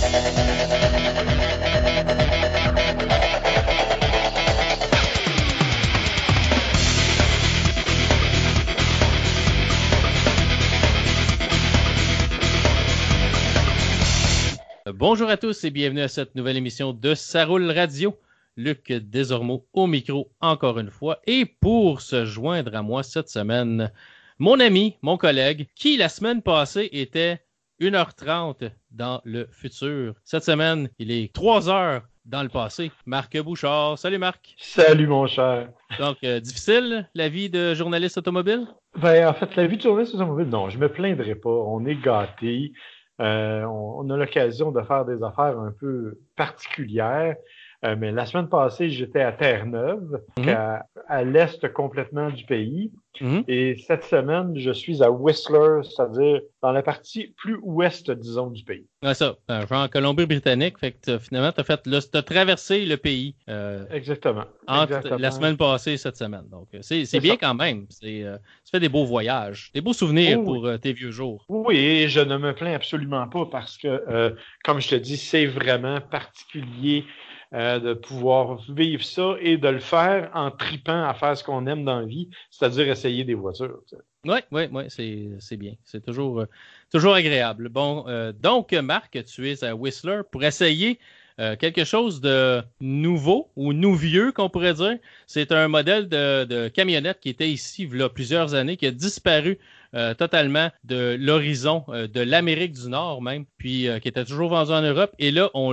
Bonjour à tous et bienvenue à cette nouvelle émission de Ça roule radio. Luc Desormeaux au micro encore une fois. Et pour se joindre à moi cette semaine, mon ami, mon collègue, qui la semaine passée était 1h30 dans le futur. Cette semaine, il est 3h dans le passé. Marc Bouchard. Salut Marc. Salut mon cher. Donc, difficile la vie de journaliste automobile? Ben, en fait, la vie de journaliste automobile, non, je me plaindrai pas. On est gâtés. On a l'occasion de faire des affaires un peu particulières. Mais la semaine passée, j'étais à Terre-Neuve, à l'est complètement du pays. Et cette semaine, je suis à Whistler, c'est-à-dire dans la partie plus ouest, disons, du pays. Ouais, ça, genre Colombie-Britannique. Fait que finalement, t'as traversé le pays. Exactement. Entre la semaine passée et cette semaine. Donc, c'est bien ça. Quand même. Ça fait des beaux voyages, des beaux souvenirs pour tes vieux jours. Oui, et je ne me plains absolument pas parce que, comme je te dis, c'est vraiment particulier de pouvoir vivre ça et de le faire en tripant à faire ce qu'on aime dans la vie, c'est-à-dire essayer des voitures. Oui, c'est bien. C'est toujours agréable. Bon, donc, Marc, tu es à Whistler pour essayer quelque chose de nouveau ou nouvieux, qu'on pourrait dire. C'est un modèle de camionnette qui était ici il y a plusieurs années, qui a disparu totalement de l'horizon de l'Amérique du Nord même, puis qui était toujours vendu en Europe. Et là, on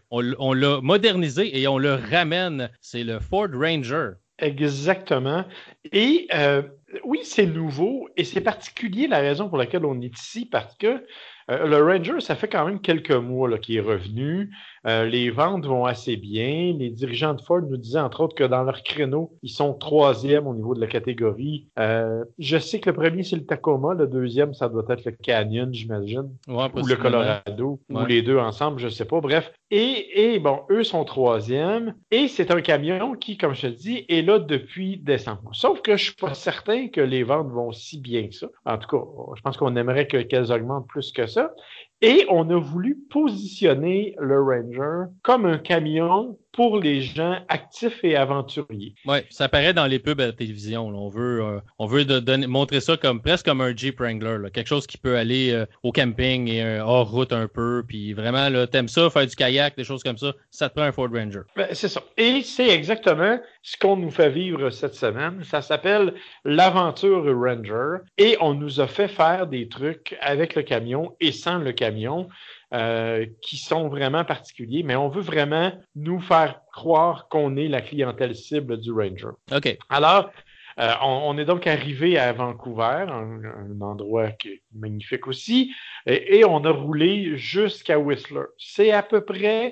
l'a modernisé et on le ramène. C'est le Ford Ranger. Exactement. Et oui, c'est nouveau et c'est particulier la raison pour laquelle on est ici parce que le Ranger, ça fait quand même quelques mois qu'il est revenu. Les ventes vont assez bien. Les dirigeants de Ford nous disaient, entre autres, que dans leur créneau, ils sont 3e au niveau de la catégorie. Je sais que le premier, c'est le Tacoma. Le deuxième, ça doit être le Canyon, j'imagine. Ouais, ou le Colorado. Ouais. Ou les deux ensemble, je ne sais pas. Bref. Et bon, eux sont 3e. Et c'est un camion qui, comme je te dis, est là depuis décembre. Sauf que je ne suis pas certain que les ventes vont si bien que ça. En tout cas, je pense qu'on aimerait qu'elles augmentent plus que ça. Et on a voulu positionner le Ranger comme un camion pour les gens actifs et aventuriers. Oui, ça apparaît dans les pubs à la télévision. Là. On veut montrer ça presque comme un Jeep Wrangler. Là. Quelque chose qui peut aller au camping et hors route un peu. Puis vraiment, là, t'aimes ça, faire du kayak, des choses comme ça, ça te prend un Ford Ranger. Ben, c'est ça. Et c'est exactement ce qu'on nous fait vivre cette semaine. Ça s'appelle l'Aventure Ranger. Et on nous a fait faire des trucs avec le camion et sans le camion. Qui sont vraiment particuliers, mais on veut vraiment nous faire croire qu'on est la clientèle cible du Ranger. OK. Alors, on est donc arrivé à Vancouver, un endroit qui est magnifique aussi, et on a roulé jusqu'à Whistler. C'est à peu près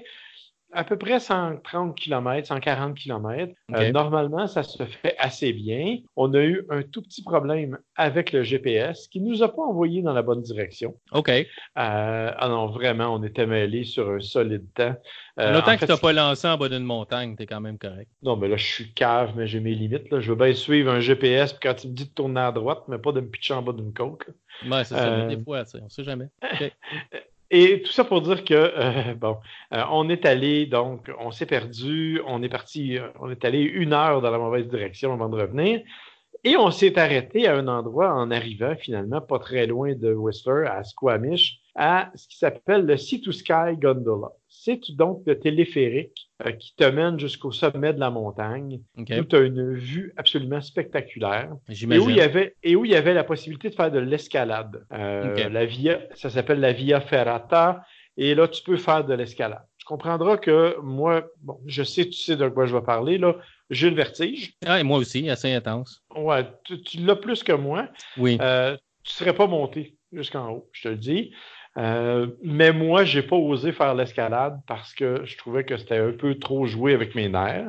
130 km, 140 km. Okay. Normalement, ça se fait assez bien. On a eu un tout petit problème avec le GPS qui ne nous a pas envoyé dans la bonne direction. OK. Non, vraiment, on était mêlés sur un solide temps. Autant que tu n'as pas lancé en bas d'une montagne, tu es quand même correct. Non, mais là, je suis cave, mais j'ai mes limites. Là. Je veux bien suivre un GPS puis quand il me dit de tourner à droite, mais pas de me pitcher en bas d'une côte. Oui, c'est ça. Mais des fois, on ne sait jamais. Okay. Et tout ça pour dire que, on est allé, donc, on s'est perdu, on est parti, on est allé 1 heure dans la mauvaise direction avant de revenir. Et on s'est arrêté à un endroit en arrivant, finalement, pas très loin de Whistler, à Squamish, à ce qui s'appelle le Sea to Sky Gondola. C'est donc le téléphérique qui te mène jusqu'au sommet de la montagne, okay. Où tu as une vue absolument spectaculaire. J'imagine. Et où il y avait la possibilité de faire de l'escalade. Okay. Ça s'appelle la Via Ferrata, et là, tu peux faire de l'escalade. Tu comprendras que moi, bon, tu sais de quoi je vais parler, là. J'ai le vertige. Ah, et moi aussi, assez intense. Ouais, tu l'as plus que moi. Oui. Tu ne serais pas monté jusqu'en haut, je te le dis. Mais moi, j'ai pas osé faire l'escalade parce que je trouvais que c'était un peu trop joué avec mes nerfs.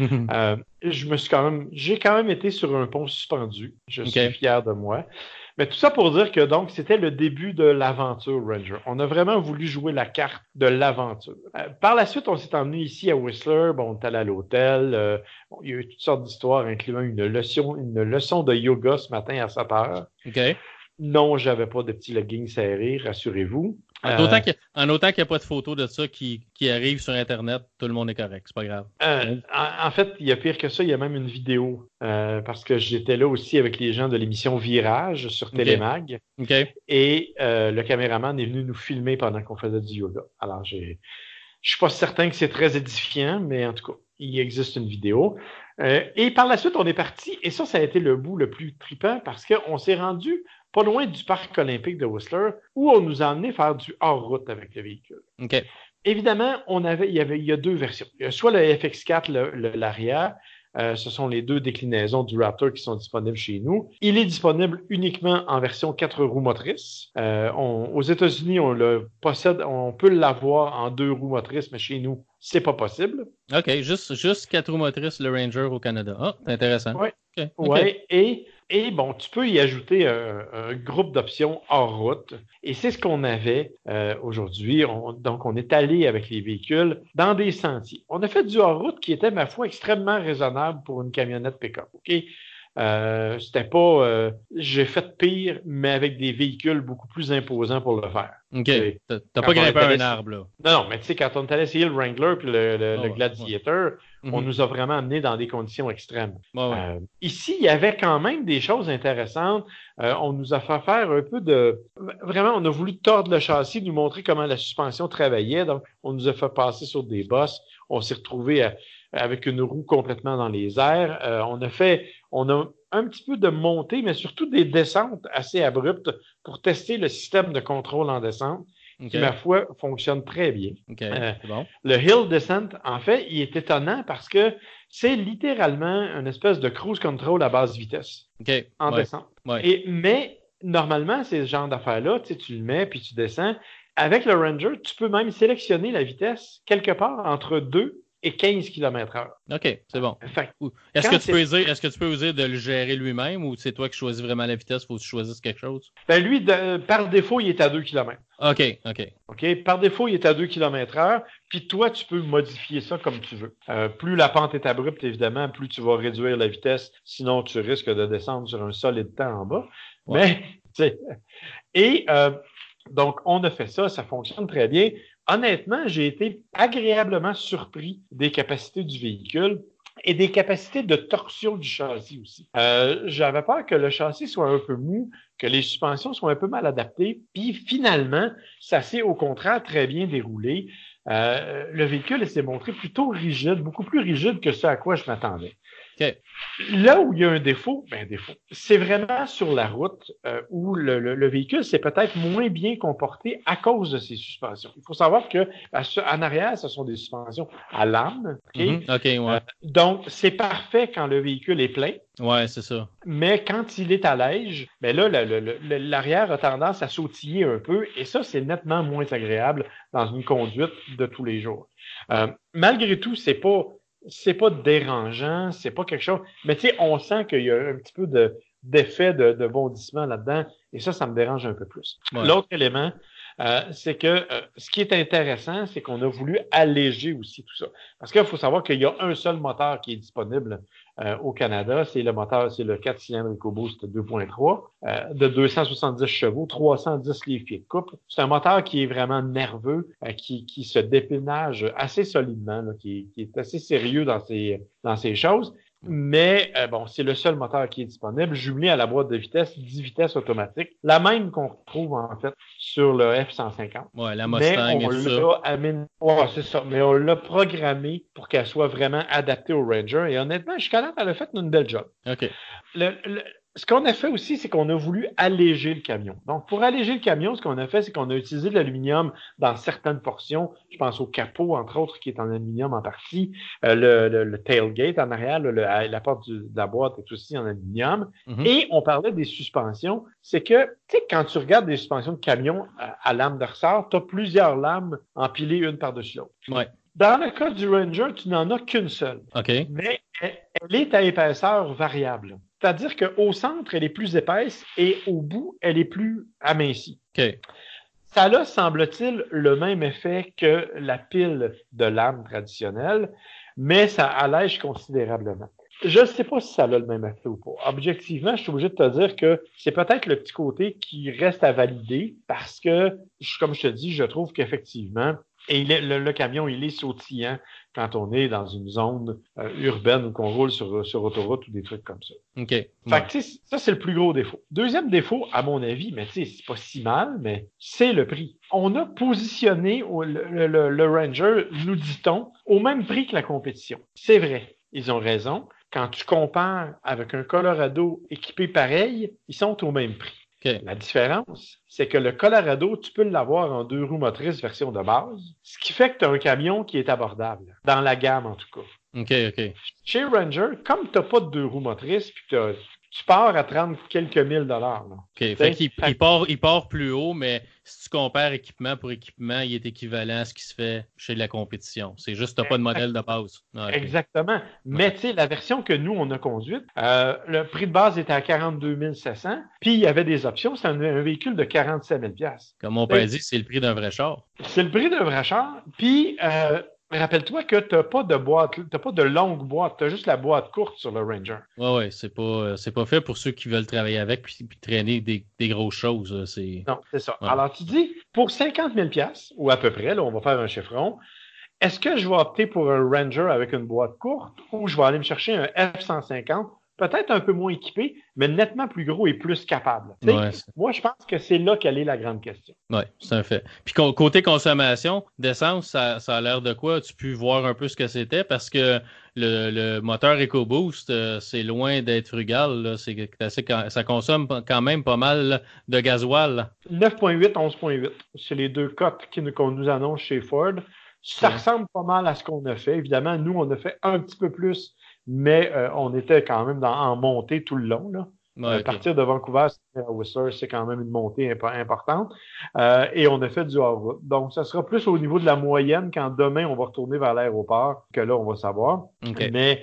J'ai quand même été sur un pont suspendu. Je suis fier de moi. Mais tout ça pour dire que donc c'était le début de l'aventure Ranger. On a vraiment voulu jouer la carte de l'aventure. Par la suite, on s'est emmené ici à Whistler. Bon, on est allé à l'hôtel. Il y a eu toutes sortes d'histoires, incluant une leçon de yoga ce matin à 7 heures. Okay. Non, j'avais pas de petit legging serré, rassurez-vous. En autant qu'il n'y a pas de photos de ça qui arrivent sur Internet, tout le monde est correct, c'est pas grave. En fait, il y a pire que ça, il y a même une vidéo, parce que j'étais là aussi avec les gens de l'émission Virage sur Télémag, et le caméraman est venu nous filmer pendant qu'on faisait du yoga. Alors, je suis pas certain que c'est très édifiant, mais en tout cas, il existe une vidéo. Et par la suite, on est parti, et ça a été le bout le plus trippant, parce qu'on s'est rendu pas loin du parc olympique de Whistler, où on nous a emmené faire du hors-route avec le véhicule. Évidemment, il y a deux versions. Il y a soit le FX4, l'arrière, ce sont les deux déclinaisons du Raptor qui sont disponibles chez nous. Il est disponible uniquement en version 4 roues motrices. Aux États-Unis, on le possède, on peut l'avoir en 2 roues motrices, mais chez nous, c'est pas possible. OK, juste 4 roues motrices, le Ranger au Canada. Ah, c'est intéressant. Oui, et bon, tu peux y ajouter un groupe d'options hors route. Et c'est ce qu'on avait aujourd'hui. Donc, on est allé avec les véhicules dans des sentiers. On a fait du hors route qui était, ma foi, extrêmement raisonnable pour une camionnette pick-up. OK? C'était pas j'ai fait pire, mais avec des véhicules beaucoup plus imposants pour le faire. OK. T'as pas grimpé un arbre, là. Non, mais tu sais, quand on est allé essayer le Wrangler puis le Gladiator, on nous a vraiment amenés dans des conditions extrêmes. Ici, il y avait quand même des choses intéressantes. On nous a fait faire un peu de... Vraiment, on a voulu tordre le châssis, nous montrer comment la suspension travaillait. Donc, on nous a fait passer sur des bosses. On s'est retrouvé avec une roue complètement dans les airs. On a un petit peu de montée, mais surtout des descentes assez abruptes pour tester le système de contrôle en descente, qui, ma foi, fonctionne très bien. C'est bon. Le hill descent, en fait, il est étonnant parce que c'est littéralement une espèce de cruise control à basse vitesse en descente. Mais normalement, ces genres d'affaires-là, tu le mets puis tu descends. Avec le Ranger, tu peux même sélectionner la vitesse quelque part entre 2 et 15 km/h. OK, c'est bon. Est-ce que tu peux oser de le gérer lui-même ou c'est toi qui choisis vraiment la vitesse, il faut que tu choisisses quelque chose? Ben lui, par défaut, il est à 2 km. OK. Par défaut, il est à 2 km/h, puis toi, tu peux modifier ça comme tu veux. Plus la pente est abrupte, évidemment, plus tu vas réduire la vitesse, sinon tu risques de descendre sur un solide temps en bas. Ouais. Mais, donc, on a fait ça fonctionne très bien. Honnêtement, j'ai été agréablement surpris des capacités du véhicule et des capacités de torsion du châssis aussi. J'avais peur que le châssis soit un peu mou, que les suspensions soient un peu mal adaptées, puis finalement, ça s'est au contraire très bien déroulé. Le véhicule s'est montré plutôt rigide, beaucoup plus rigide que ce à quoi je m'attendais. Là où il y a un défaut, c'est vraiment sur la route où le véhicule s'est peut-être moins bien comporté à cause de ses suspensions. Il faut savoir que en arrière, ce sont des suspensions à lame. Donc, c'est parfait quand le véhicule est plein. Ouais, c'est ça. Mais quand il est à l'ège, là, l'arrière a tendance à sautiller un peu et ça, c'est nettement moins agréable dans une conduite de tous les jours. Malgré tout, c'est pas dérangeant, c'est pas quelque chose. Mais tu sais, on sent qu'il y a un petit peu d'effet de bondissement là-dedans, et ça me dérange un peu plus. Ouais. L'autre élément, c'est que ce qui est intéressant, c'est qu'on a voulu alléger aussi tout ça. Parce qu'il faut savoir qu'il y a un seul moteur qui est disponible au Canada, c'est le 4 cylindres EcoBoost 2.3 de 270 chevaux, 310 livres-pieds de couple. C'est un moteur qui est vraiment nerveux, qui se dépinage assez solidement, là, qui est assez sérieux dans ces choses. Mais c'est le seul moteur qui est disponible, jumelé à la boîte de vitesse, 10 vitesses automatique, la même qu'on retrouve en fait sur le F-150. Ouais, la Mustang et tout ça. C'est ça. Mais on l'a programmé pour qu'elle soit vraiment adaptée au Ranger. Et honnêtement, jusqu'à là, elle a fait une belle job. OK. Ce qu'on a fait aussi, c'est qu'on a voulu alléger le camion. Donc, pour alléger le camion, ce qu'on a fait, c'est qu'on a utilisé de l'aluminium dans certaines portions. Je pense au capot, entre autres, qui est en aluminium en partie. Le tailgate en arrière, la porte de la boîte est aussi en aluminium. Mm-hmm. Et on parlait des suspensions. C'est que, tu sais, quand tu regardes des suspensions de camion à lame de ressort, tu as plusieurs lames empilées une par-dessus l'autre. Ouais. Dans le cas du Ranger, tu n'en as qu'une seule. OK. Mais elle est à épaisseur variable. C'est-à-dire qu'au centre, elle est plus épaisse et au bout, elle est plus amincie. OK. Ça a, semble-t-il, le même effet que la pile de lame traditionnelle, mais ça allège considérablement. Je ne sais pas si ça a le même effet ou pas. Objectivement, je suis obligé de te dire que c'est peut-être le petit côté qui reste à valider parce que, comme je te dis, je trouve qu'effectivement, et le camion, il est sautillant quand on est dans une zone urbaine ou qu'on roule sur autoroute ou des trucs comme ça. OK. Fait que, ça, c'est le plus gros défaut. Deuxième défaut, à mon avis, mais c'est pas si mal, mais c'est le prix. On a positionné le Ranger, nous dit-on, au même prix que la compétition. C'est vrai. Ils ont raison. Quand tu compares avec un Colorado équipé pareil, ils sont au même prix. Okay. La différence, c'est que le Colorado, tu peux l'avoir en 2 roues motrices version de base, ce qui fait que tu as un camion qui est abordable, dans la gamme en tout cas. OK. Chez Ranger, comme tu n'as pas de 2 roues motrices, puis tu pars à 30 quelques mille dollars. Là. OK. Fait qu'il il part plus haut, mais si tu compares équipement pour équipement, il est équivalent à ce qui se fait chez la compétition. C'est juste que tu n'as pas de modèle de base. Ah, okay. Exactement. Mais tu sais, la version que nous, on a conduite, le prix de base était à 42 700, puis il y avait des options. C'est un véhicule de 47 000 $. Comme on peut dire, c'est le prix d'un vrai char. C'est le prix d'un vrai char. Puis, rappelle-toi que tu n'as pas de boîte, tu n'as pas de longue boîte, tu as juste la boîte courte sur le Ranger. Oui, c'est pas fait pour ceux qui veulent travailler avec puis traîner des grosses choses. Non, c'est ça. Ouais. Alors, tu dis, pour 50 000 $, ou à peu près, là, on va faire un chiffron, est-ce que je vais opter pour un Ranger avec une boîte courte ou je vais aller me chercher un F-150, peut-être un peu moins équipé, mais nettement plus gros et plus capable? Ouais, moi, je pense que c'est là qu'elle est la grande question. Oui, c'est un fait. Puis côté consommation d'essence, ça a l'air de quoi? Tu peux voir un peu ce que c'était parce que le moteur EcoBoost, c'est loin d'être frugal. Là. Ça consomme quand même pas mal de gasoil. 9,8, 11,8. C'est les deux cotes qu'on nous annonce chez Ford. Ça ressemble pas mal à ce qu'on a fait. Évidemment, nous, on a fait un petit peu plus, mais on était quand même en montée tout le long. Là. Okay. Partir de Vancouver à Whistler, c'est quand même une montée importante. Et on a fait du hors-route. Donc, ça sera plus au niveau de la moyenne quand demain, on va retourner vers l'aéroport que là, on va savoir. Okay. Mais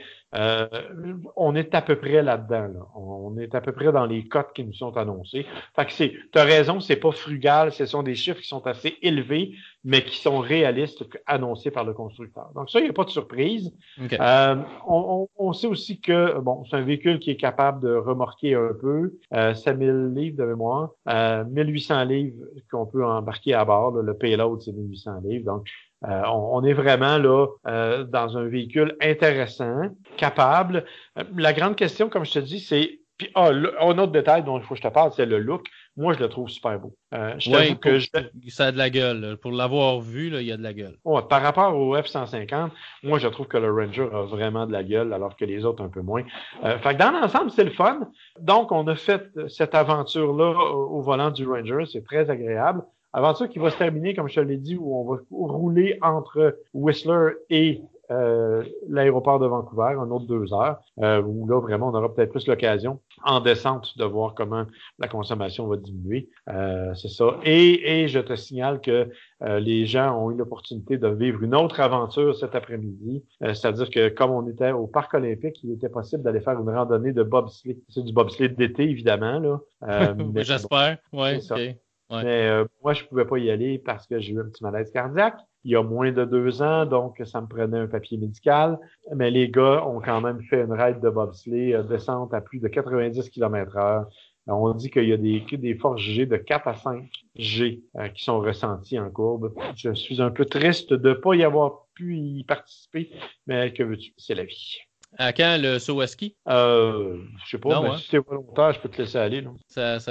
on est à peu près là-dedans. Là. On est à peu près dans les cotes qui nous sont annoncées. Fait que tu as raison, c'est pas frugal. Ce sont des chiffres qui sont assez élevés, mais qui sont réalistes annoncés par le constructeur. Donc ça, il n'y a pas de surprise. Okay. On sait aussi que bon, c'est un véhicule qui est capable de remorquer un peu. 7000 livres de mémoire. 1800 livres qu'on peut embarquer à bord. Là. Le payload, c'est 1800 livres. Donc, on est vraiment là dans un véhicule intéressant, capable. La grande question, comme je te dis, c'est... Puis, un autre détail dont il faut que je te parle, c'est le look. Moi, je le trouve super beau. Ça a de la gueule. Là. Pour l'avoir vu, là, il y a de la gueule. Ouais, par rapport au F-150, moi, je trouve que le Ranger a vraiment de la gueule, alors que les autres un peu moins. Fait que dans l'ensemble, c'est le fun. Donc, on a fait cette aventure-là au volant du Ranger. C'est très agréable. Aventure qui va se terminer, comme je te l'ai dit, où on va rouler entre Whistler et l'aéroport de Vancouver, un autre 2 heures, où là, vraiment, on aura peut-être plus l'occasion en descente de voir comment la consommation va diminuer. C'est ça. Et je te signale que les gens ont eu l'opportunité de vivre une autre aventure cet après-midi. C'est-à-dire que comme on était au Parc olympique, il était possible d'aller faire une randonnée de bobsleigh. C'est du bobsleigh d'été, évidemment. Là. Mais j'espère. Bon, oui, OK. Ouais. Mais moi, je pouvais pas y aller parce que j'ai eu un petit malaise cardiaque. Il y a moins de 2 ans, donc ça me prenait un papier médical. Mais les gars ont quand même fait une ride de bobsleigh, descente à plus de 90 km/h. On dit qu'il y a des forces G de 4 à 5 G qui sont ressenties en courbe. Je suis un peu triste de ne pas y avoir pu y participer, mais que veux-tu? C'est la vie. À quand le saut à ski? Je sais pas, non, mais si t'es volontaire, je peux te laisser aller. Non,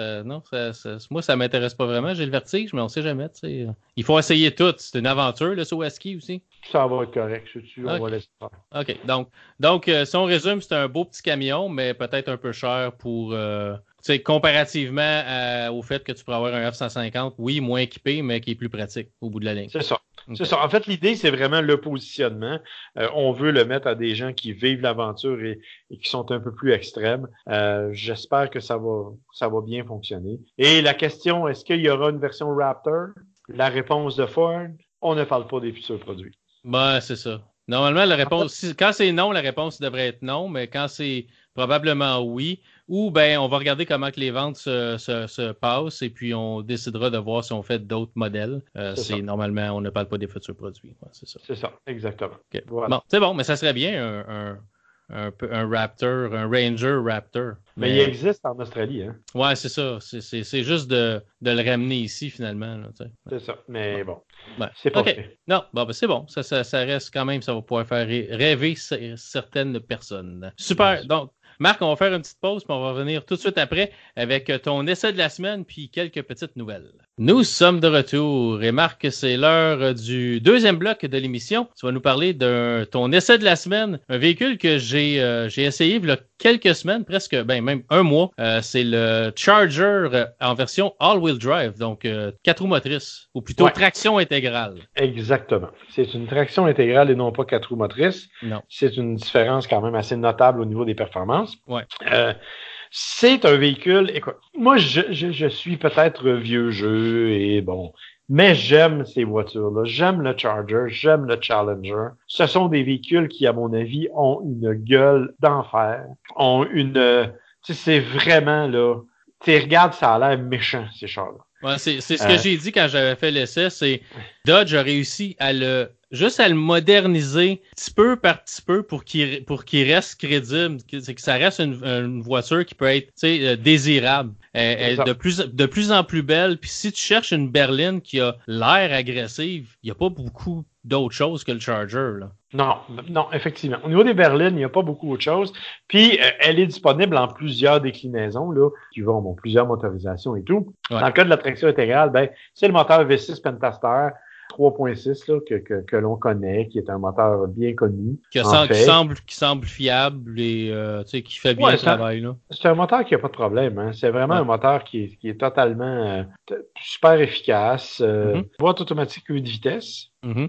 moi, ça m'intéresse pas vraiment. J'ai le vertige, mais on sait jamais. T'sais. Il faut essayer tout. C'est une aventure, le saut à ski aussi. Ça va être correct. On va laisser faire. OK. Donc si on résume, c'est un beau petit camion, mais peut-être un peu cher pour... comparativement au fait que tu pourrais avoir un F-150, oui, moins équipé, mais qui est plus pratique au bout de la ligne. C'est ça. Okay. C'est ça. En fait, l'idée, c'est vraiment le positionnement. On veut le mettre à des gens qui vivent l'aventure et qui sont un peu plus extrêmes. J'espère que ça va bien fonctionner. Et la question, est-ce qu'il y aura une version Raptor? La réponse de Ford, on ne parle pas des futurs produits. Ben, c'est ça. Normalement, la réponse, quand c'est non, la réponse devrait être non, mais quand c'est probablement oui, ou ben on va regarder comment que les ventes se passent et puis on décidera de voir si on fait d'autres modèles. Normalement, on ne parle pas des futurs produits. Ouais, c'est ça. C'est ça, exactement. Okay. Voilà. Bon, c'est bon, mais ça serait bien un Raptor, un Ranger Raptor. Mais il existe en Australie, hein? Ouais, c'est ça. C'est juste de le ramener ici, finalement. Là, c'est ça. Mais bon, ouais. C'est pas fait. Non, bon, ben c'est bon. Ça reste quand même, ça va pouvoir faire rêver certaines personnes. Super. Donc, Marc, on va faire une petite pause, puis on va revenir tout de suite après avec ton essai de la semaine, puis quelques petites nouvelles. Nous sommes de retour. Et Marc, c'est l'heure du deuxième bloc de l'émission. Tu vas nous parler de ton essai de la semaine, un véhicule que j'ai essayé il y a quelques semaines, presque, même un mois. C'est le Charger en version all-wheel drive, donc 4 roues motrices, ou plutôt traction intégrale. Exactement. C'est une traction intégrale et non pas 4 roues motrices. Non. C'est une différence quand même assez notable au niveau des performances. Ouais. C'est un véhicule, écoute, moi je suis peut-être vieux jeu et bon, mais j'aime ces voitures-là. J'aime le Charger, j'aime le Challenger. Ce sont des véhicules qui, à mon avis, ont une gueule d'enfer. C'est vraiment là, tu regardes, ça a l'air méchant, ces chars-là. Ouais, c'est ce que j'ai dit quand j'avais fait l'essai, c'est Dodge a réussi à le moderniser petit peu par petit peu pour qu'il reste crédible, c'est que ça reste une voiture qui peut être désirable, de plus en plus belle. Puis si tu cherches une berline qui a l'air agressive, il n'y a pas beaucoup d'autres choses que le Charger, là. Non, effectivement. Au niveau des berlines, il n'y a pas beaucoup d'autres choses. Puis, elle est disponible en plusieurs déclinaisons, là, qui vont plusieurs motorisations et tout. Ouais. Dans le cas de la traction intégrale, c'est le moteur V6 Pentaster 3.6 là, que l'on connaît, qui est un moteur bien connu. Qui semble fiable et qui fait bien le travail. Là. C'est un moteur qui n'a pas de problème. Hein. C'est vraiment un moteur qui est totalement super efficace. Boîte automatique 8 vitesses.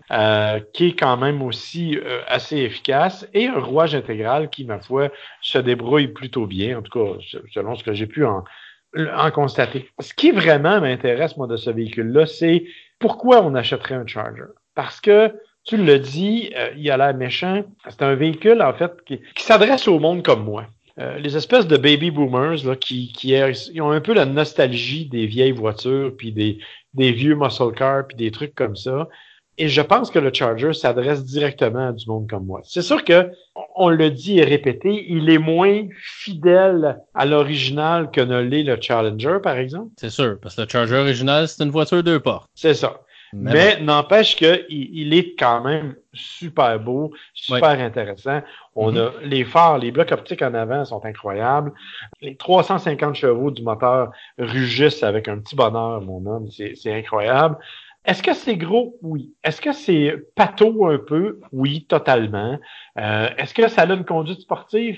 Qui est quand même aussi assez efficace, et un rouage intégral qui, ma foi, se débrouille plutôt bien, en tout cas, selon ce que j'ai pu en constater. Ce qui vraiment m'intéresse, moi, de ce véhicule-là, c'est pourquoi on achèterait un Charger. Parce que, tu l'as dit, il a l'air méchant. C'est un véhicule, en fait, qui s'adresse au monde comme moi. Les espèces de baby boomers là, qui ont un peu la nostalgie des vieilles voitures, puis des vieux muscle cars, puis des trucs comme ça. Et je pense que le Charger s'adresse directement à du monde comme moi. C'est sûr que, on le dit et répété, il est moins fidèle à l'original que ne l'est le Challenger, par exemple. C'est sûr, parce que le Charger original, c'est une voiture 2 portes. C'est ça. Mais n'empêche qu'il est quand même super beau, super intéressant. On a les phares, les blocs optiques en avant sont incroyables. Les 350 chevaux du moteur rugissent avec un petit bonheur, mon homme. C'est incroyable. Est-ce que c'est gros? Oui. Est-ce que c'est pâteau un peu? Oui, totalement. Est-ce que ça a une conduite sportive?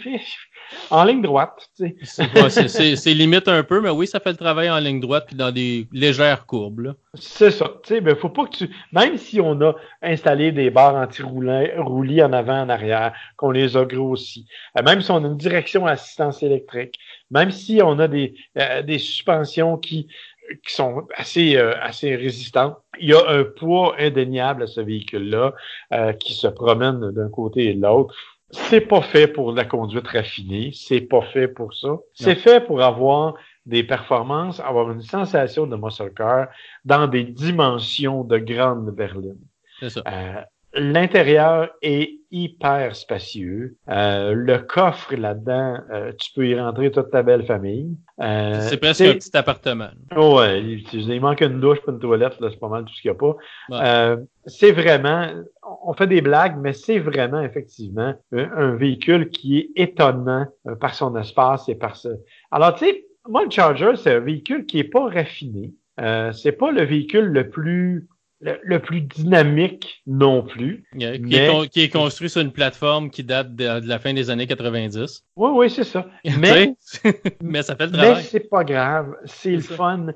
En ligne droite, tu sais. C'est limite un peu, mais oui, ça fait le travail en ligne droite puis dans des légères courbes, là. C'est ça. Tu sais, ben, faut pas que même si on a installé des barres anti-roulis en avant, en arrière, qu'on les a grossis, même si on a une direction à assistance électrique, même si on a des suspensions qui sont assez résistantes. Il y a un poids indéniable à ce véhicule-là qui se promène d'un côté et de l'autre. C'est pas fait pour la conduite raffinée, c'est pas fait pour ça. Non. C'est fait pour avoir des performances, avoir une sensation de muscle car dans des dimensions de grande berline. C'est ça. L'intérieur est hyper spacieux. Le coffre là-dedans, tu peux y rentrer toute ta belle famille. C'est presque un petit appartement. Ouais, il manque une douche pour une toilette, là, c'est pas mal tout ce qu'il y a pas. Ouais. C'est vraiment, on fait des blagues, mais c'est vraiment effectivement un véhicule qui est étonnant par son espace et par ce. Alors, tu sais, moi, le Charger, c'est un véhicule qui est pas raffiné. C'est pas le véhicule le plus dynamique non plus. Qui est construit sur une plateforme qui date de la fin des années 90. Oui, c'est ça. Mais ça fait le travail. Mais c'est pas grave. C'est le fun.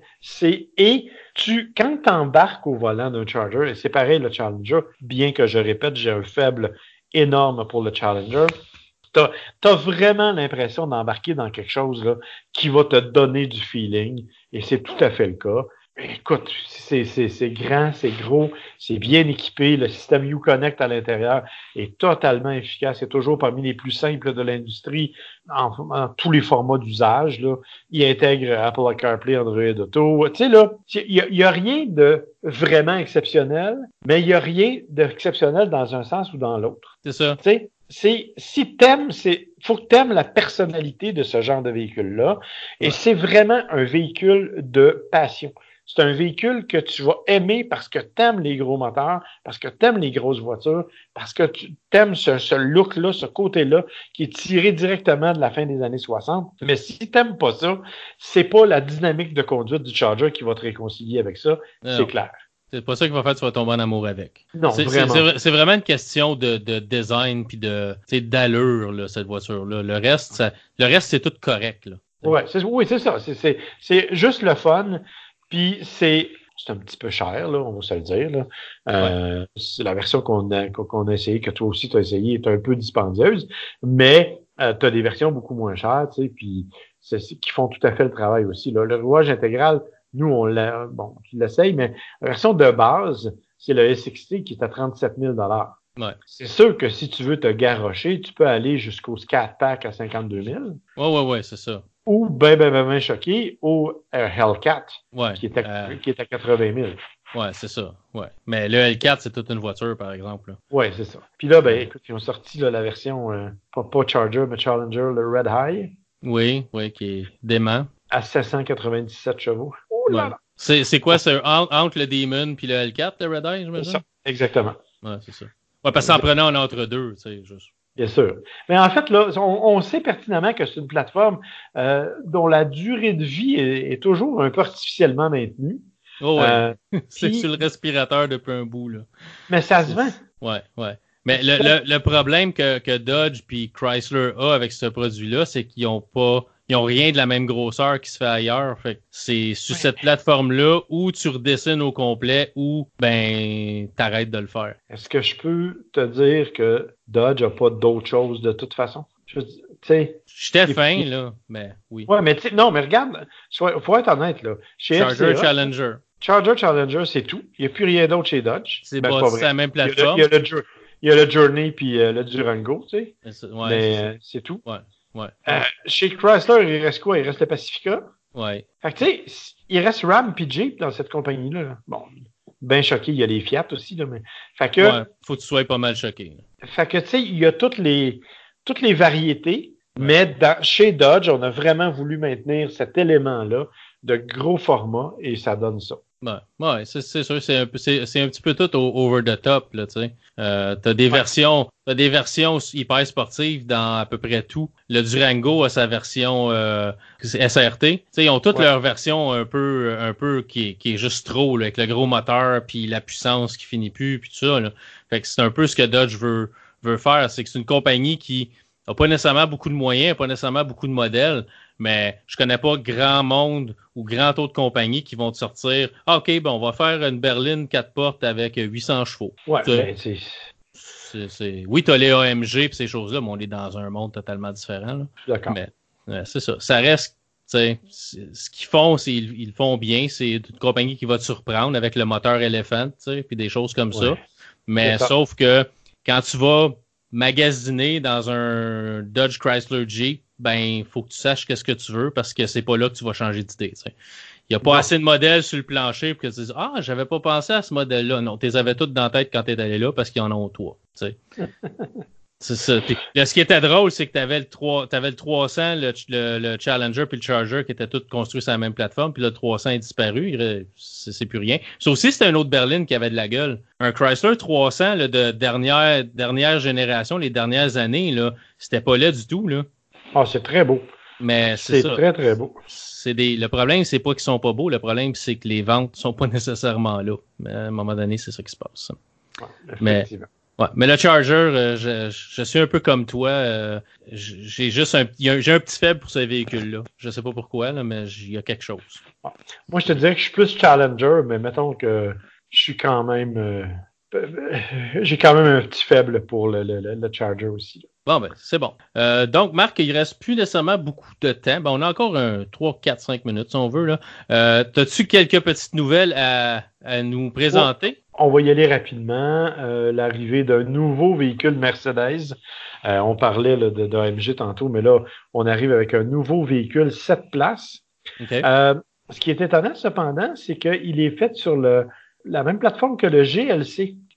Quand t'embarques au volant d'un Charger, et c'est pareil le Challenger, bien que je répète, j'ai un faible énorme pour le Challenger, t'as vraiment l'impression d'embarquer dans quelque chose là qui va te donner du feeling, et c'est tout à fait le cas. Écoute, c'est grand, c'est gros, c'est bien équipé. Le système Uconnect à l'intérieur est totalement efficace. C'est toujours parmi les plus simples de l'industrie en tous les formats d'usage. Là. Il intègre Apple CarPlay, Android Auto. Tu sais, là, il y a rien de vraiment exceptionnel, mais il y a rien d'exceptionnel dans un sens ou dans l'autre. C'est ça. Tu sais, si t'aimes, faut que t'aimes la personnalité de ce genre de véhicule-là. Et c'est vraiment un véhicule de passion. C'est un véhicule que tu vas aimer parce que t'aimes les gros moteurs, parce que t'aimes les grosses voitures, parce que tu t'aimes ce look-là, ce côté-là, qui est tiré directement de la fin des années 60. Mais si t'aimes pas ça, c'est pas la dynamique de conduite du Charger qui va te réconcilier avec ça, c'est clair. C'est pas ça qui va faire que tu vas tomber en amour avec. Non, vraiment. C'est vraiment une question de design puis d'allure, là, cette voiture-là. Le reste, c'est tout correct, là. Ouais, oui, c'est ça. C'est juste le fun. Puis c'est un petit peu cher, là, on va se le dire. Là. C'est la version qu'on a essayé, que toi aussi tu as essayé, est un peu dispendieuse, mais tu as des versions beaucoup moins chères, tu sais, puis qui font tout à fait le travail aussi. Là. Le rouage intégral, nous, tu l'essayes, mais la version de base, c'est le S60 qui est à 37 000 Ouais. C'est sûr que si tu veux te garrocher, tu peux aller jusqu'au Scat Pack à 52 000. Ouais, c'est ça. Ou ben choqué au Hellcat, qui est à 80 000. Ouais, c'est ça. Ouais. Mais le L4, c'est toute une voiture, par exemple. Ouais, c'est ça. Puis là, écoute, ils ont sorti là, la version, pas Charger, mais Challenger, le Red High. Oui, qui est dément. À 797 chevaux. Oh là là! C'est quoi, c'est entre le Demon puis le L4, le Red Eye, j'imagine? C'est ça, exactement. Ouais, c'est ça. Ouais, parce que ça en prenait un entre deux, tu sais, juste. Bien sûr. Mais en fait, là, on sait pertinemment que c'est une plateforme dont la durée de vie est toujours un peu artificiellement maintenue. Oh ouais. C'est sur le respirateur depuis un bout, là. Mais ça se vend. Ouais. Mais le problème que Dodge puis Chrysler a avec ce produit-là, c'est qu'ils ont rien de la même grosseur qui se fait ailleurs. Fait que c'est sur cette plateforme-là où tu redessines au complet ou t'arrêtes de le faire. Est-ce que je peux te dire que Dodge n'a pas d'autre chose de toute façon? J'étais fin, là, mais oui. Ouais, mais non, mais regarde, faut être honnête, là. Chez Charger, FCA, Challenger. Challenger, c'est tout. Il n'y a plus rien d'autre chez Dodge. C'est la même plateforme. Il y a le Journey puis le Durango, tu sais. Mais c'est tout. Ouais. Chez Chrysler, il reste quoi? Il reste le Pacifica. Ouais. Fait que, tu sais, il reste Ram puis Jeep dans cette compagnie-là. Là. Bon, bien choqué, il y a les Fiat aussi, là, mais. Fait que. Ouais, faut que tu sois pas mal choqué. Là. Fait que, tu sais, il y a toutes les variétés, mais chez Dodge, on a vraiment voulu maintenir cet élément-là de gros format et ça donne ça. Ouais, c'est sûr, c'est un petit peu tout over the top, là, tu sais. T'as des versions hyper sportives dans à peu près tout. Le Durango a sa version SRT. Tu sais, ils ont toutes leurs versions un peu qui est juste trop, là, avec le gros moteur puis la puissance qui finit plus puis tout ça, là. Fait que c'est un peu ce que Dodge veut faire, c'est que c'est une compagnie qui n'a pas nécessairement beaucoup de moyens, pas nécessairement beaucoup de modèles, mais je connais pas grand monde ou grand autre compagnie qui vont te sortir « Ah, OK, on va faire une berline 4 portes avec 800 chevaux. » Ouais, Oui, tu as les AMG et ces choses-là, mais on est dans un monde totalement différent. Là. D'accord. Mais c'est ça. Ça reste, ce qu'ils font, ils le font bien. C'est une compagnie qui va te surprendre avec le moteur Elephant, puis des choses comme ça. Mais sauf que quand tu vas magasiner dans un Dodge Chrysler Jeep, il faut que tu saches qu'est-ce que tu veux parce que c'est pas là que tu vas changer d'idée. Il n'y a pas assez de modèles sur le plancher pour que tu dises « Ah, j'avais pas pensé à ce modèle-là. » Non, tu les avais toutes dans la tête quand tu es allé là parce qu'ils en ont trois. C'est ça. Puis, là, ce qui était drôle, c'est que tu avais le 300, le Challenger puis le Charger qui étaient tous construits sur la même plateforme, puis le 300 est disparu. C'est plus rien. Ça aussi, c'était une autre berline qui avait de la gueule. Un Chrysler 300 là, de dernière génération, les dernières années, là, c'était pas là du tout. Là. Ah, c'est très beau. Mais c'est ça. Très, très beau. Le problème, c'est pas qu'ils sont pas beaux. Le problème, c'est que les ventes sont pas nécessairement là. Mais à un moment donné, c'est ça qui se passe. Ouais, mais le Charger, je suis un peu comme toi. J'ai un petit faible pour ce véhicule-là. Je sais pas pourquoi, là, mais il y a quelque chose. Moi, je te dirais que je suis plus Challenger, mais mettons que je suis quand même... j'ai quand même un petit faible pour le Charger aussi. Bon, c'est bon. Donc, Marc, il reste plus nécessairement beaucoup de temps. On a encore 3, 4, 5 minutes, si on veut. T'as-tu quelques petites nouvelles à nous présenter? On va y aller rapidement. L'arrivée d'un nouveau véhicule Mercedes. On parlait d'AMG tantôt, mais là, on arrive avec un nouveau véhicule 7 places. Okay. Ce qui est étonnant, cependant, c'est qu'il est fait sur la même plateforme que le GLC.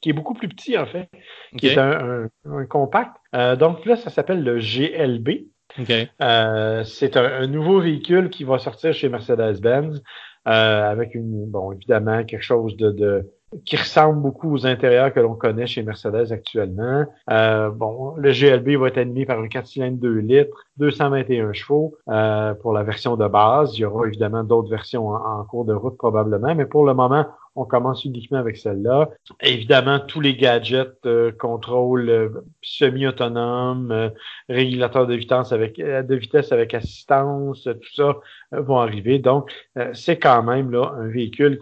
qui est beaucoup plus petit, en fait, qui OK. est un compact. Donc là, ça s'appelle le GLB. OK. C'est un nouveau véhicule qui va sortir chez Mercedes-Benz avec évidemment quelque chose qui ressemble beaucoup aux intérieurs que l'on connaît chez Mercedes actuellement. Le GLB va être animé par un 4 cylindres 2 litres, 221 chevaux pour la version de base. Il y aura évidemment d'autres versions en cours de route probablement, mais pour le moment, on commence uniquement avec celle-là. Évidemment, tous les gadgets, contrôle semi-autonome, régulateur de vitesse avec assistance, tout ça vont arriver. Donc, c'est quand même là un véhicule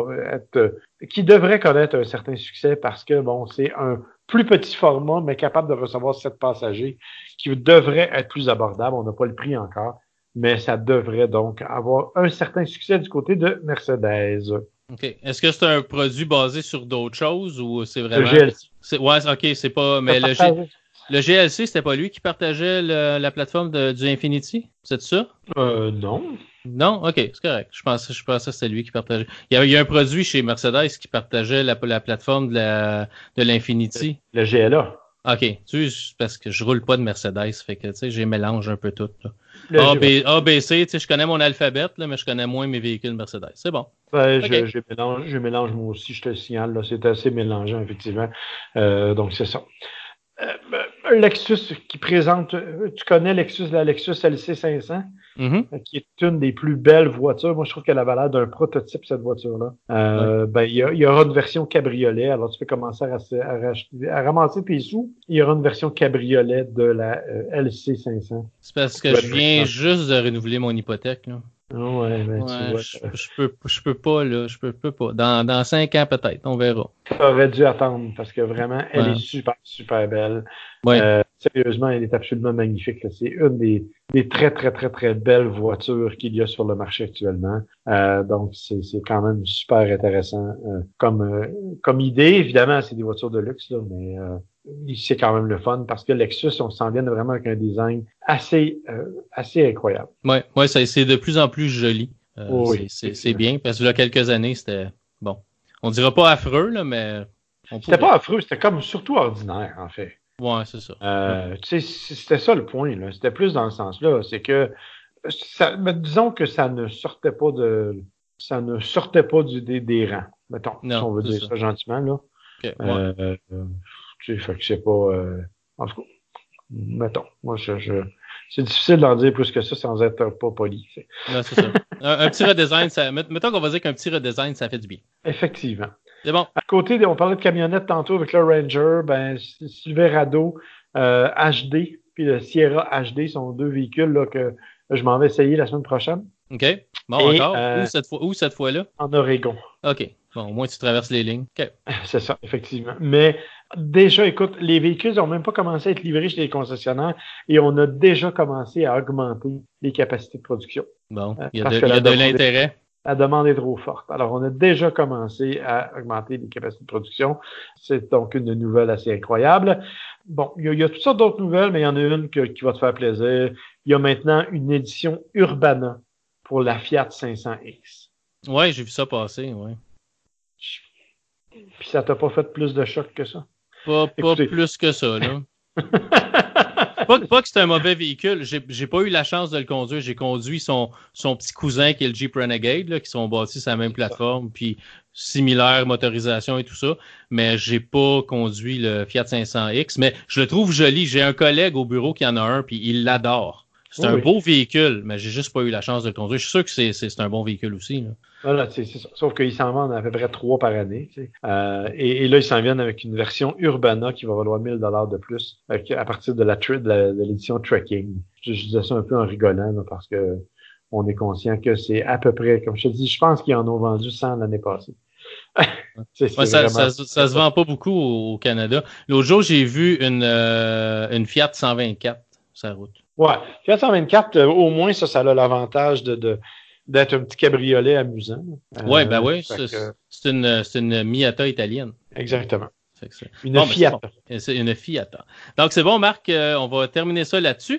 qui devrait connaître un certain succès parce que c'est un plus petit format, mais capable de recevoir 7 passagers, qui devrait être plus abordable. On n'a pas le prix encore, mais ça devrait donc avoir un certain succès du côté de Mercedes. OK. Est-ce que c'est un produit basé sur d'autres choses ou c'est Le vraiment. GLC. Ouais, OK, c'est pas. Mais le GLC, c'était pas lui qui partageait la plateforme du Infinity? C'est ça? Non. Non? OK, c'est correct. Je pensais que c'était lui qui partageait. Il y a un produit chez Mercedes qui partageait la plateforme de l'Infinity. Le GLA. OK. Tu sais, parce que je roule pas de Mercedes, fait que tu sais, j'ai mélange un peu tout. Là. A, B, C, tu sais, je connais mon alphabet, là, mais je connais moins mes véhicules Mercedes. C'est bon. Okay. Je mélange moi aussi, je te le signale, là, c'est assez mélangeant, effectivement. Donc, c'est ça. Lexus qui présente, tu connais la Lexus LC500, qui est une des plus belles voitures. Moi, je trouve qu'elle a l'air d'un prototype, cette voiture-là. Il y aura une version cabriolet, alors tu peux commencer à ramasser tes sous. Il y aura une version cabriolet de la LC500. C'est parce que je viens juste de renouveler mon hypothèque, là. Ouais, tu vois. Je peux pas, là. Je peux pas. Dans 5 ans, peut-être. On verra. Tu aurais dû attendre parce que vraiment, elle est super, super belle. Ouais. Sérieusement, elle est absolument magnifique. Là. C'est une des très, très, très, très belles voitures qu'il y a sur le marché actuellement. Donc, c'est quand même super intéressant comme idée. Évidemment, c'est des voitures de luxe, là, mais c'est quand même le fun parce que Lexus, on s'en vient vraiment avec un design assez incroyable. Ouais, c'est de plus en plus joli. Oui, c'est bien parce que là, quelques années, c'était bon. On dira pas affreux, là, mais. C'était pas affreux, c'était comme surtout ordinaire, en fait. Ouais, c'est ça. Tu sais, c'était ça le point, là. C'était plus dans le sens-là. C'est que disons que ça ne sortait pas des rangs, mettons, si on veut dire ça gentiment, là. Okay, tu sais, fait que c'est pas. En tout cas, mettons. Moi, c'est difficile d'en dire plus que ça sans être pas poli. Non, c'est ça. un petit redesign, mettons qu'on va dire qu'un petit redesign, ça fait du bien. Effectivement. C'est bon. À côté, on parlait de camionnette tantôt avec le Ranger, Silverado HD puis le Sierra HD sont deux véhicules là, que je m'en vais essayer la semaine prochaine. OK. Bon, encore. Où cette fois-là? En Oregon. OK. Bon, au moins tu traverses les lignes. OK. C'est ça, effectivement. Mais déjà, écoute, les véhicules n'ont même pas commencé à être livrés chez les concessionnaires et on a déjà commencé à augmenter les capacités de production. Bon, il y a de l'intérêt. La demande est trop forte. Alors, on a déjà commencé à augmenter les capacités de production. C'est donc une nouvelle assez incroyable. Bon, il y a toutes sortes d'autres nouvelles, mais il y en a une qui va te faire plaisir. Il y a maintenant une édition Urbana pour la Fiat 500X. Ouais, j'ai vu ça passer, ouais. Puis ça t'a pas fait plus de choc que ça? Pas plus que ça, là. Pas que c'est un mauvais véhicule. J'ai pas eu la chance de le conduire. J'ai conduit son petit cousin qui est le Jeep Renegade, là, qui sont bâtis sur la même plateforme, puis similaire motorisation et tout ça. Mais j'ai pas conduit le Fiat 500X. Mais je le trouve joli. J'ai un collègue au bureau qui en a un, puis il l'adore. C'est un beau véhicule, mais j'ai juste pas eu la chance de le conduire. Je suis sûr que c'est un bon véhicule aussi, là. Voilà, c'est ça. Sauf qu'ils s'en vendent à peu près 3 par année. Tu sais. Et là, ils s'en viennent avec une version Urbana qui va valoir 1000 $ de plus à partir de l'édition Trekking. Je disais ça un peu en rigolant là, parce que on est conscient que c'est à peu près, comme je te dis, je pense qu'ils en ont vendu 100 l'année passée. Ça se vend pas beaucoup au Canada. L'autre jour, j'ai vu une Fiat 124 sur la route. Ouais, Fiat 124, au moins, ça a l'avantage d'être un petit cabriolet amusant. Oui, ben oui, c'est une Miata italienne. Exactement. Une Fiat. C'est une Fiat. Donc, c'est bon, Marc, on va terminer ça là-dessus.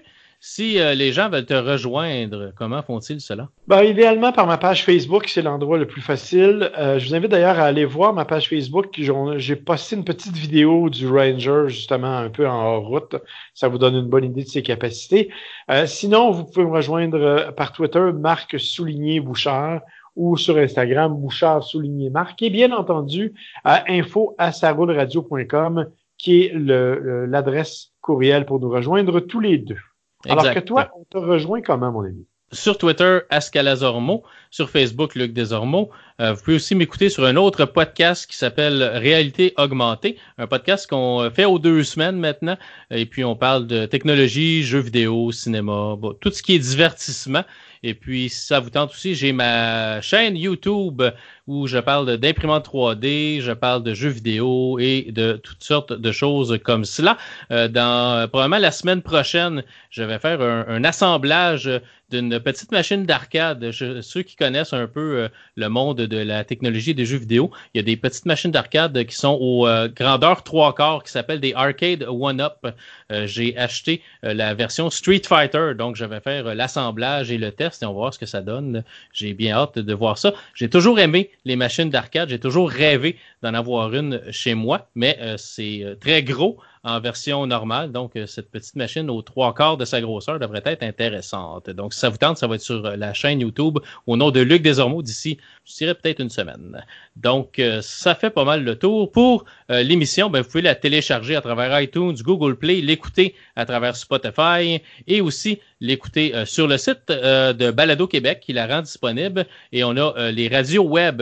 Si les gens veulent te rejoindre, comment font-ils cela? Idéalement, par ma page Facebook, c'est l'endroit le plus facile. Je vous invite d'ailleurs à aller voir ma page Facebook. J'ai posté une petite vidéo du Ranger, justement, un peu en hors route. Ça vous donne une bonne idée de ses capacités. Sinon, vous pouvez me rejoindre par Twitter, Marc-Bouchard, ou sur Instagram, Bouchard-Marc, et bien entendu, à info@saroulradio.com, qui est l'adresse courriel pour nous rejoindre tous les deux. Alors Exact. que toi, on te rejoint comment, mon ami? Sur Twitter, Ascalazormo. Sur Facebook, Luc Desormeaux. Vous pouvez aussi m'écouter sur un autre podcast qui s'appelle Réalité Augmentée, un podcast qu'on fait aux 2 semaines maintenant. Et puis, on parle de technologie, jeux vidéo, cinéma, tout ce qui est divertissement. Et puis, si ça vous tente aussi, j'ai ma chaîne YouTube où je parle d'imprimante 3D, je parle de jeux vidéo et de toutes sortes de choses comme cela. Probablement la semaine prochaine, je vais faire un assemblage d'une petite machine d'arcade. Ceux qui connaissent un peu le monde de la technologie et des jeux vidéo, il y a des petites machines d'arcade qui sont aux grandeur 3/4 qui s'appellent des Arcade One-Up. J'ai acheté la version Street Fighter, donc je vais faire l'assemblage et le test et on va voir ce que ça donne. J'ai bien hâte de voir ça. J'ai toujours aimé les machines d'arcade, j'ai toujours rêvé d'en avoir une chez moi, mais c'est très gros en version normale. Donc, cette petite machine aux 3/4 de sa grosseur devrait être intéressante. Donc, si ça vous tente, ça va être sur la chaîne YouTube au nom de Luc Desormeaux d'ici, je dirais peut-être une semaine. Donc, ça fait pas mal le tour. Pour l'émission, vous pouvez la télécharger à travers iTunes, Google Play, l'écouter à travers Spotify et aussi l'écouter sur le site de Balado Québec qui la rend disponible. Et on a les radios web,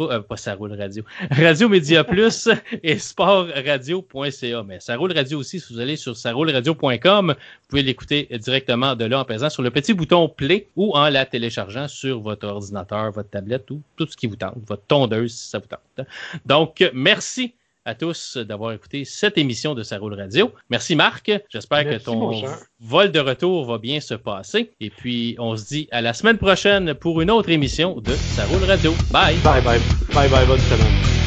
Radio Média Plus et sportradio.ca. Mais ça roule radio aussi, si vous allez sur saroulradio.com, vous pouvez l'écouter directement de là en pesant sur le petit bouton Play ou en la téléchargeant sur votre ordinateur, votre tablette ou tout ce qui vous tente, votre tondeuse si ça vous tente. Donc, merci à tous d'avoir écouté cette émission de Ça Roule Radio. Merci Marc, j'espère que ton vol de retour va bien se passer. Et puis, on se dit à la semaine prochaine pour une autre émission de Ça Roule Radio. Bye! Bye, bonne semaine.